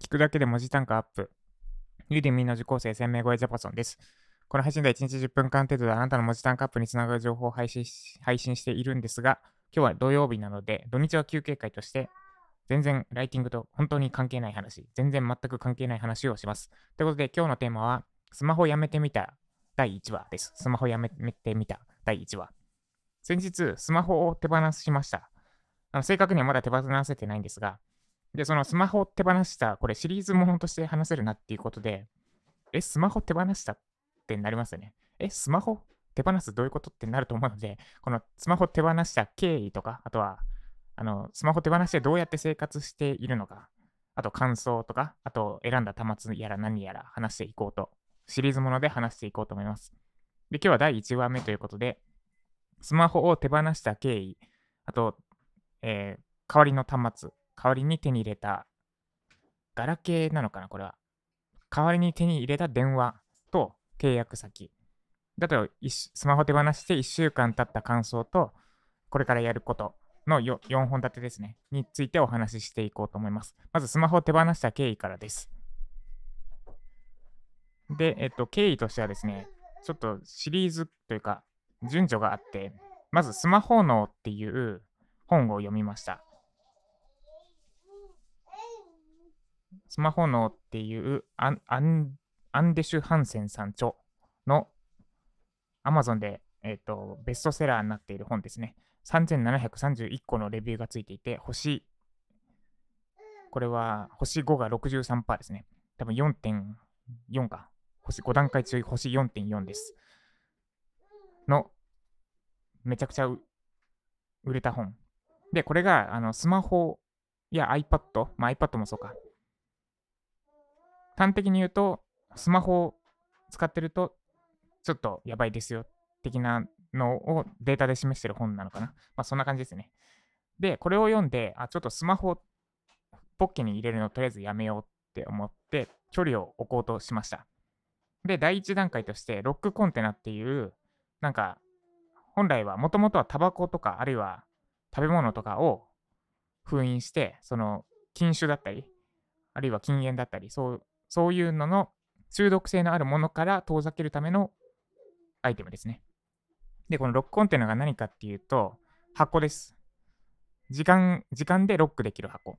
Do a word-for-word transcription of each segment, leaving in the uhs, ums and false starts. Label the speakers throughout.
Speaker 1: 聞くだけで文字単価アップ。ユーデミの受講生鮮明超えジャパソンです。この配信ではいちにちじゅっぷんかん程度であなたの文字単価アップにつながる情報を配信し配信しているんですが、今日は土曜日なので、土日は休憩会として、全然ライティングと本当に関係ない話、全然全く関係ない話をします。ということで、今日のテーマは、スマホやめてみただいいちわです。スマホやめてみただいいちわ。先日、スマホを手放しました。あの正確にはまだ手放せてないんですが、で、そのスマホを手放した、これシリーズものとして話せるなっていうことで、え、スマホ手放したってなりますよね。え、スマホ手放すどういうことってなると思うので、このスマホ手放した経緯とか、あとは、あの、スマホ手放してどうやって生活しているのか、あと感想とか、あと選んだ端末やら何やら話していこうと、シリーズもので話していこうと思います。で、今日はだいいちわめということで、スマホを手放した経緯、あと、えー代わりの端末、代わりに手に入れた、ガラケーなのかな、これは。代わりに手に入れた電話と契約先。だと、スマホ手放していっしゅうかん経った感想と、これからやることの よんほん立てですね。についてお話ししていこうと思います。まず、スマホを手放した経緯からです。で、えっと、経緯としてはですね、ちょっとシリーズというか、順序があって、まず、スマホ脳っていう本を読みました。スマホ脳っていうアンアンアンデシュ・ハンセンさん著の Amazon で、えーと、ベストセラーになっている本ですね。さんぜんななひゃくさんじゅういっこのレビューがついていて、星、これは星ごが ろくじゅうさんパーセント ですね。多分 よんてんよん か。星ご段階中、星 よんてんよん です。の、めちゃくちゃ売れた本。で、これがあのスマホや iPad、まあ、iPad もそうか。端的に言うと、スマホを使ってると、ちょっとやばいですよ、的なのをデータで示してる本なのかな。まあ、そんな感じですね。で、これを読んで、あ、ちょっとスマホをポッケに入れるのとりあえずやめようって思って、距離を置こうとしました。で、第一段階として、ロックコンテナっていう、なんか、本来は、もともとはタバコとか、あるいは食べ物とかを封印して、その、禁酒だったり、あるいは禁煙だったり、そう、そういうのの中毒性のあるものから遠ざけるためのアイテムですね。で、このロックコンテナが何かっていうと、箱です。時間、時間でロックできる箱。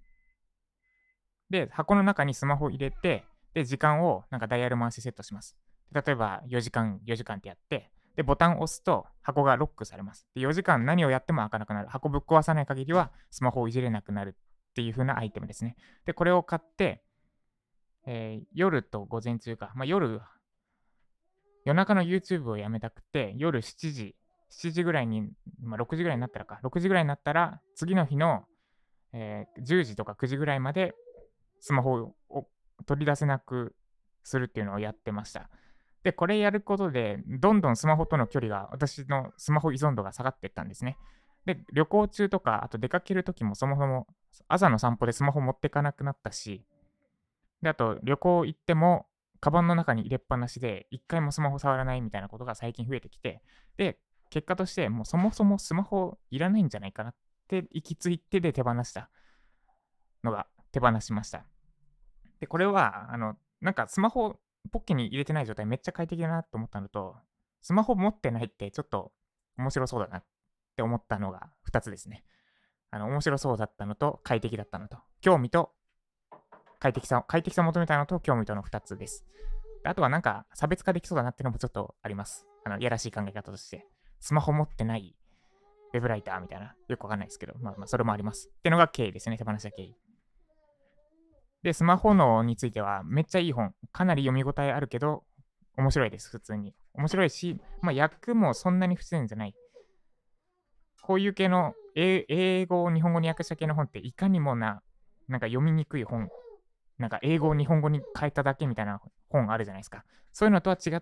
Speaker 1: で、箱の中にスマホを入れて、で、時間をなんかダイヤル回しセットします。例えばよじかん、よじかんってやって、で、ボタンを押すと箱がロックされます。で、よじかん何をやっても開かなくなる。箱ぶっ壊さない限りはスマホをいじれなくなるっていう風なアイテムですね。で、これを買って、えー夜と午前中か、まあ、夜、夜中の YouTube をやめたくて、夜しちじ、しちじぐらいに、まあ、ろくじぐらいになったらか、ろくじぐらいになったら、次の日の、えーじゅうじとかくじぐらいまでスマホを取り出せなくするっていうのをやってました。で、これやることで、どんどんスマホとの距離が、私のスマホ依存度が下がっていったんですね。で、旅行中とか、あと出かけるときもそもそも朝の散歩でスマホ持ってかなくなったし、で、あと旅行行っても、カバンの中に入れっぱなしで、一回もスマホ触らないみたいなことが最近増えてきて、で、結果として、もうそもそもスマホいらないんじゃないかなって行き着いてで手放したのが手放しました。で、これは、あの、なんかスマホポッケに入れてない状態めっちゃ快適だなと思ったのと、スマホ持ってないってちょっと面白そうだなって思ったのがふたつですね。あの、面白そうだったのと快適だったのと、興味と快適さを、快適さを求めたのと興味とのふたつです。あとはなんか差別化できそうだなっていうのもちょっとあります。あの、いやらしい考え方として。スマホ持ってないウェブライターみたいな。よくわかんないですけど、まあまあそれもあります。っていうのが経緯ですね。手放した経緯。で、スマホ脳についてはめっちゃいい本。かなり読み応えあるけど、面白いです、普通に。面白いし、まあ訳もそんなに不自然じゃない。こういう系の英語を日本語に訳した系の本っていかにもな、なんか読みにくい本、なんか英語を日本語に変えただけみたいな本あるじゃないですか。そういうのとは違って、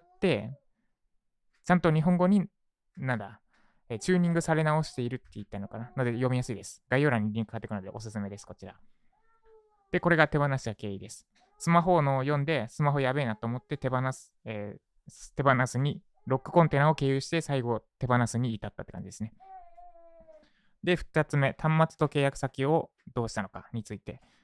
Speaker 1: ちゃんと日本語に、なんだ、えチューニングされ直しているって言ったのかな。ので読みやすいです。概要欄にリンク貼ってくるのでおすすめです、こちら。で、これが手放した経緯です。スマホのを読んで、スマホやべえなと思って手放す、えー、手放すに、ロックコンテナを経由して最後手放すに至ったって感じですね。で、ふたつめ、端末と契約先をどうしたのかについて。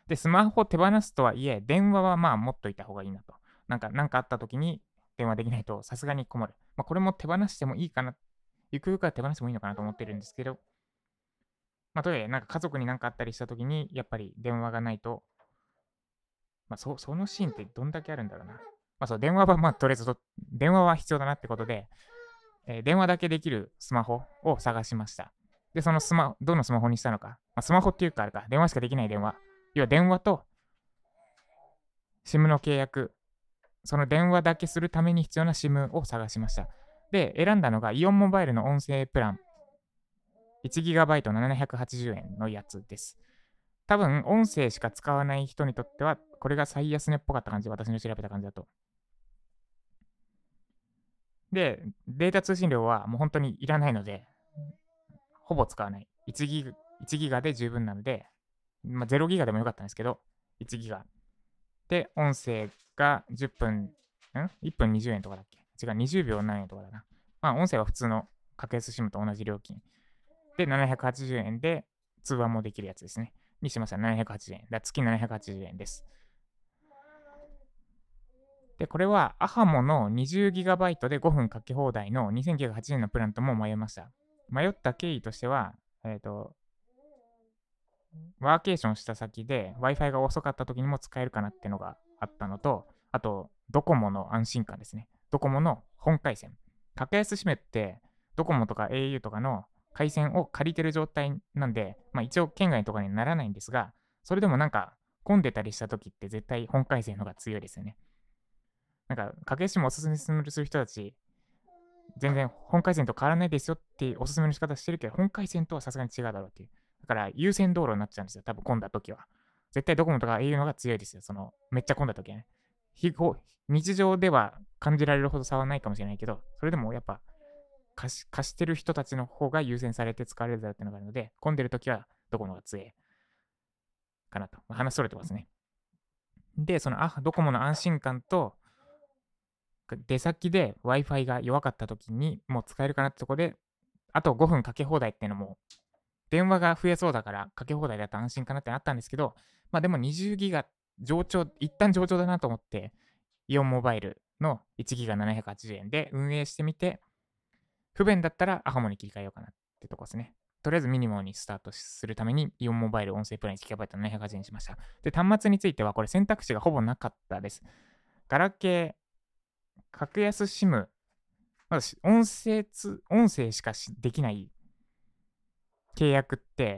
Speaker 1: で、スマホを手放すとはいえ、電話はまあ持っといた方がいいなと。なんか、なんかあった時に電話できないとさすがに困る。まあ、これも手放してもいいかな。ゆくゆくは手放してもいいのかなと思ってるんですけど、まあ、とはいえ、なんか家族になんかあったりした時に、やっぱり電話がないと、まあ、そそのシーンってどんだけあるんだろうな。まあ、そう、電話はまあ、とりあえずと、電話は必要だなってことで、えー電話だけできるスマホを探しました。で、そのスマホ、どのスマホにしたのか。まあ、スマホっていうかあれか、電話しかできない電話。要は電話と SIM の契約、その電話だけするために必要な SIM を探しました。で、選んだのがイオンモバイルの音声プラン いちギガバイト ななひゃくはちじゅうえんのやつです。多分、音声しか使わない人にとっては、これが最安値っぽかった感じ、私の調べた感じだと。で、データ通信量はもう本当にいらないので、ほぼ使わない。いちギガ、いちギガで十分なので、まあ、ゼロギガでもよかったんですけど、いちギガ。で、音声がじゅっぷん、ん ?いっ 分にじゅうえんとかだっけ違う、にじゅうびょう何円とかだな。まあ、音声は普通の格安 SIM と同じ料金。で、ななひゃくはちじゅうえんで通話もできるやつですね。にしました。ななひゃくはちじゅうえん。だ月ななひゃくはちじゅうえんです。で、これはアハモの にじゅうギガバイト でごふんかけ放題のにせんきゅうひゃくはちじゅうえんのプランとも迷いました。迷った経緯としては、えっ、ー、と、ワーケーションした先で Wi-Fi が遅かった時にも使えるかなっていうのがあったのと、あと、ドコモの安心感ですね。ドコモの本回線。格安シメって、ドコモとか au とかの回線を借りてる状態なんで、まあ一応県外とかにならないんですが、それでもなんか混んでたりした時って絶対本回線の方が強いですよね。なんか、格安シムおすすめする人たち、全然本回線と変わらないですよっていうおすすめの仕方してるけど、本回線とはさすがに違うだろうっていう。だから優先道路になっちゃうんですよ。多分混んだ時は。絶対ドコモとか au のが強いですよ。その、めっちゃ混んだ時はね。日日常では感じられるほど差はないかもしれないけど、それでもやっぱ貸し貸してる人たちの方が優先されて使われるだろうっていうのがあるので、混んでる時はドコモが強いかなと。話それてますね。で、そのあドコモの安心感と、出先で Wi-Fi が弱かった時にもう使えるかなってとこで、あとごふんかけ放題っていうのも、電話が増えそうだからかけ放題だと安心かなってなったんですけど、まあでもにじゅうギガ上長、一旦上長だなと思って、イオンモバイルのいちギガななひゃくはちじゅうえんで運営してみて、不便だったらアハモに切り替えようかなってとこですね。とりあえずミニモにスタートするために、イオンモバイル音声プラン いちギガバイト ななひゃくはちじゅうえんにしました。で、端末についてはこれ選択肢がほぼなかったです。ガラケー、格安 SIM、まず音声つ、音声しかできない契約って、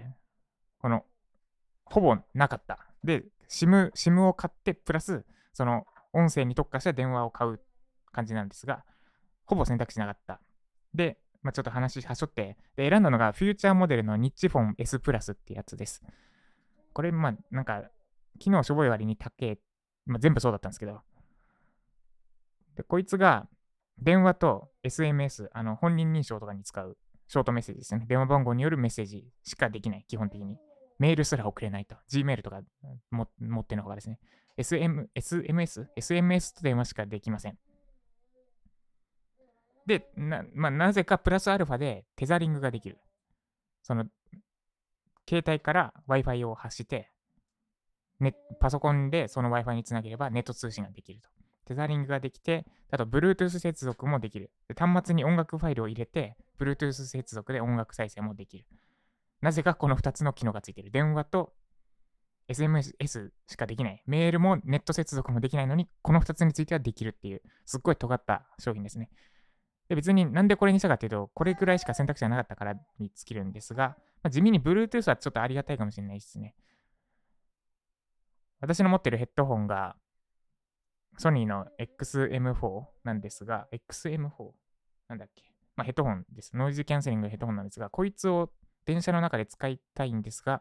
Speaker 1: この、ほぼなかった。で、SIM、SIM を買って、プラス、その、音声に特化した電話を買う感じなんですが、ほぼ選択肢なかった。で、まあ、ちょっと話はしょって、で、選んだのが、フューチャーモデルのニッチフォン S プラスってやつです。これ、まあ、なんか、機能しょぼい割に高え、まあ、全部そうだったんですけど、で、こいつが、電話と エスエムエス、あの、本人認証とかに使うショートメッセージですよね。電話番号によるメッセージしかできない、基本的に。メールすら送れないと。Gmail とかも持ってのほかですね。エスエム、エスエムエス? エスエムエス と電話しかできません。で、な,、まあ、なぜかプラスアルファでテザリングができる。その、携帯から Wi-Fi を発して、ね、パソコンでその Wi-Fi につなげればネット通信ができると。テザリングができて、あと Bluetooth 接続もできる。で端末に音楽ファイルを入れて、Bluetooth 接続で音楽再生もできる。なぜかこのふたつの機能がついている。電話と エスエムエス しかできない。メールもネット接続もできないのに、このふたつについてはできるっていう、すっごい尖った商品ですね。で別になんでこれにしたかっていうと、これくらいしか選択肢がなかったからに尽きるんですが、まあ、地味に Bluetooth はちょっとありがたいかもしれないですね。私の持ってるヘッドホンがソニーの エックスエムフォー なんですが、エックスエムフォー? なんだっけ、まあ、ヘッドホンです。ノイズキャンセリングヘッドホンなんですが、こいつを電車の中で使いたいんですが、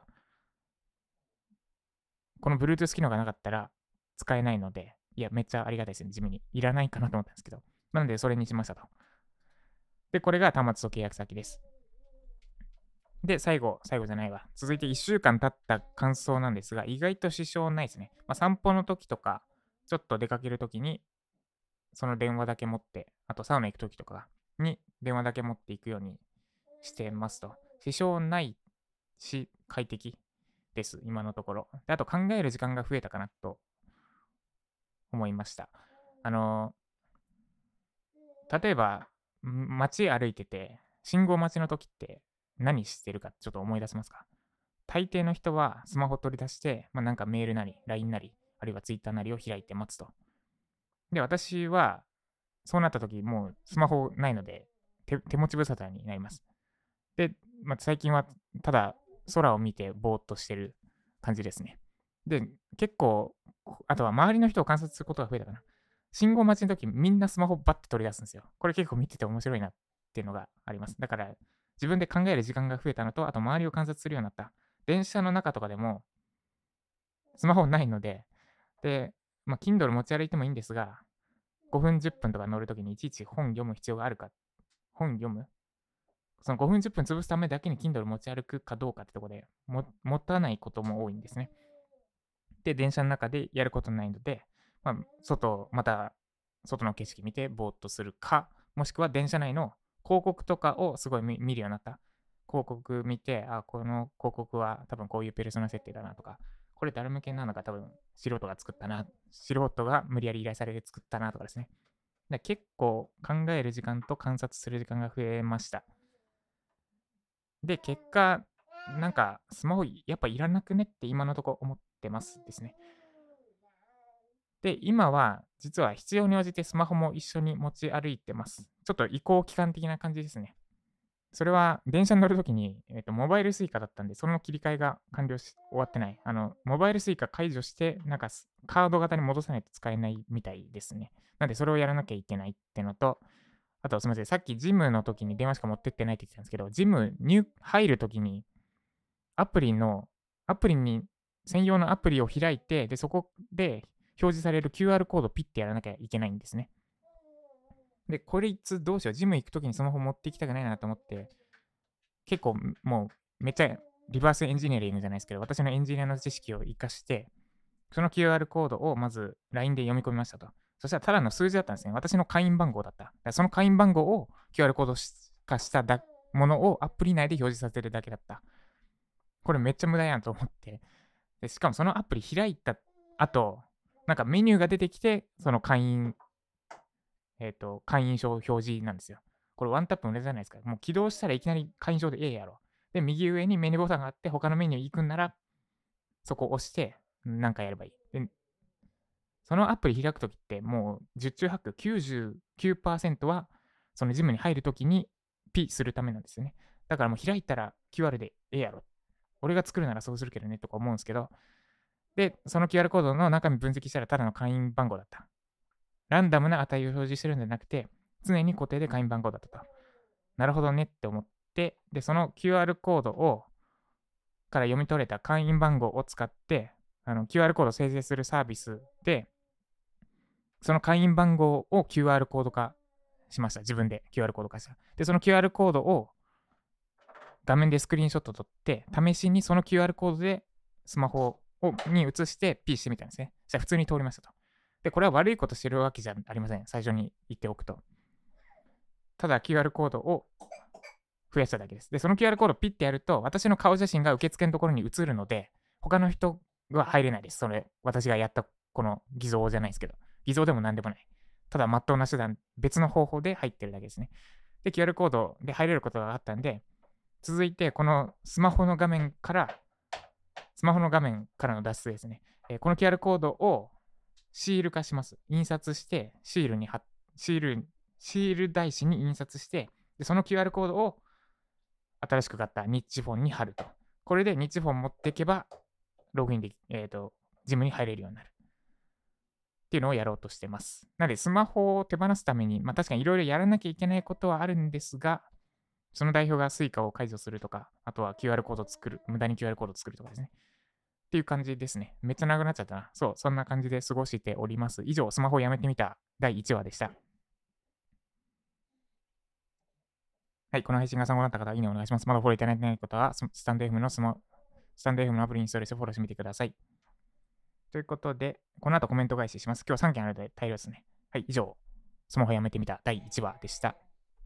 Speaker 1: この Bluetooth 機能がなかったら使えないので、いや、めっちゃありがたいですね。地味に。いらないかなと思ったんですけど。なので、それにしましたと。で、これが端末と契約先です。で、最後、最後じゃないわ。続いていっしゅうかん経った感想なんですが、意外と支障ないですね。まあ、散歩の時とか、ちょっと出かける時に、その電話だけ持って、あとサウナ行く時とかに電話だけ持っていくようにしてますと。支障ないし、快適。 です、今のところ。であと考える時間が増えたかなと思いました。あの、例えば、ん街歩いてて、信号待ちの時って何してるかちょっと思い出せますか？大抵の人はスマホ取り出して、まあ、なんかメールなり、ライン なり、あるいは Twitter なりを開いて待つと。で、私は、そうなった時、もうスマホないので、手手持ち無沙汰になります。で、まあ、最近はただ空を見てぼーっとしてる感じですね。で、結構、あとは周りの人を観察することが増えたかな。信号待ちの時、みんなスマホバッて取り出すんですよ。これ結構見てて面白いなっていうのがあります。だから、自分で考える時間が増えたのと、あと周りを観察するようになった。電車の中とかでも、スマホないので、で、まあ、Kindle 持ち歩いてもいいんですが、ごふん、じゅっぷんとか乗るときにいちいち本読む必要があるか、本読むそのごふん、じゅっぷん潰すためだけに Kindle 持ち歩くかどうかってところでも、持たないことも多いんですね。で、電車の中でやることないので、まあ、外、また、外の景色見てぼーっとするか、もしくは電車内の広告とかをすごい見見るようになった。広告見て、あ、この広告は多分こういうペルソナ設定だなとか、これ誰向けなのか多分素人が作ったな、素人が無理やり依頼されて作ったなとかですね。で結構考える時間と観察する時間が増えました。で、結果、なんかスマホやっぱいらなくねって今のところ思ってますですね。で、今は実は必要に応じてスマホも一緒に持ち歩いてます。ちょっと移行期間的な感じですね。それは電車に乗るときに、えっと、モバイル Suica だったんで、その切り替えが完了し終わってない。あの、モバイル Suica 解除して、なんかすカード型に戻さないと使えないみたいですね。なんでそれをやらなきゃいけないってのと、あとすみません、さっきジムの時に電話しか持ってってないって言ってたんですけど、ジムに入るときにアプリの、アプリに専用のアプリを開いて、で、そこで表示される キューアール コードをピッてやらなきゃいけないんですね。で、これいつどうしよう、ジム行くときにスマホ持って行きたくないなと思って、結構もうめっちゃリバースエンジニアリングじゃないですけど、私のエンジニアの知識を活かして、その キューアール コードをまず ライン で読み込みましたと。そしたらただの数字だったんですね。私の会員番号だった。だからその会員番号を キューアール コード化したものをアプリ内で表示させるだけだった。これめっちゃ無駄やんと思って。でしかもそのアプリ開いた後、なんかメニューが出てきて、その会員、えっ、ー、と、会員証表示なんですよ。これワンタップ無駄じゃないですか。もう起動したらいきなり会員証でええやろ。で、右上にメニューボタンがあって、他のメニュー行くんなら、そこを押して、なんかやればいい。で、そのアプリ開くときって、もう十中八九きゅうじゅうきゅうパーセントは、そのジムに入るときにピするためなんですよね。だからもう開いたら キューアール でええやろ。俺が作るならそうするけどねとか思うんですけど、で、その キューアール コードの中身分析したらただの会員番号だった。ランダムな値を表示してるんじゃなくて、常に固定で会員番号だったと。なるほどねって思って、で、その キューアール コードを、から読み取れた会員番号を使って、あの キューアール コードを生成するサービスで、その会員番号を キューアール コード化しました。自分で キューアール コード化した。で、その キューアール コードを画面でスクリーンショット撮って、試しにその キューアール コードでスマホをに移して P してみたんですね。そしたら普通に通りましたと。で、これは悪いことしてるわけじゃありません。最初に言っておくと。ただ キューアール コードを増やしただけです。で、その キューアール コードをピッてやると、私の顔写真が受付のところに映るので、他の人は入れないです。それ、私がやったこの偽造じゃないですけど。偽造でも何でもない。ただ、まっとうな手段、別の方法で入ってるだけですね。で、キューアール コードで入れることがあったんで、続いて、このスマホの画面から、スマホの画面からの脱出ですね。えー、この キューアール コードをシール化します。印刷して、シールに貼っ、シール、シール台紙に印刷して、でその キューアール コードを新しく買ったニッチフォンに貼ると。これでニッチフォン持っていけば、ログインでき、えっ、ー、と、ジムに入れるようになる。っていうのをやろうとしてます。なので、スマホを手放すために、まあ確かにいろいろやらなきゃいけないことはあるんですが、その代表が Suica を解除するとか、あとは キューアール コードを作る、無駄に キューアール コードを作るとかですね。っていう感じですね。めっちゃ長くなっちゃったな。そう、そんな感じで過ごしております。以上、スマホをやめてみただいいちわでした。はい、この配信が参考になった方は、いいねお願いします。まだフォローいただいてない方は、スタンド F のスマ、スタンド F のアプリにインストールしてフォローしてみてください。ということで、この後コメント返しします。今日さんけんあるので大量ですね。はい、以上、スマホやめてみただいいちわでした。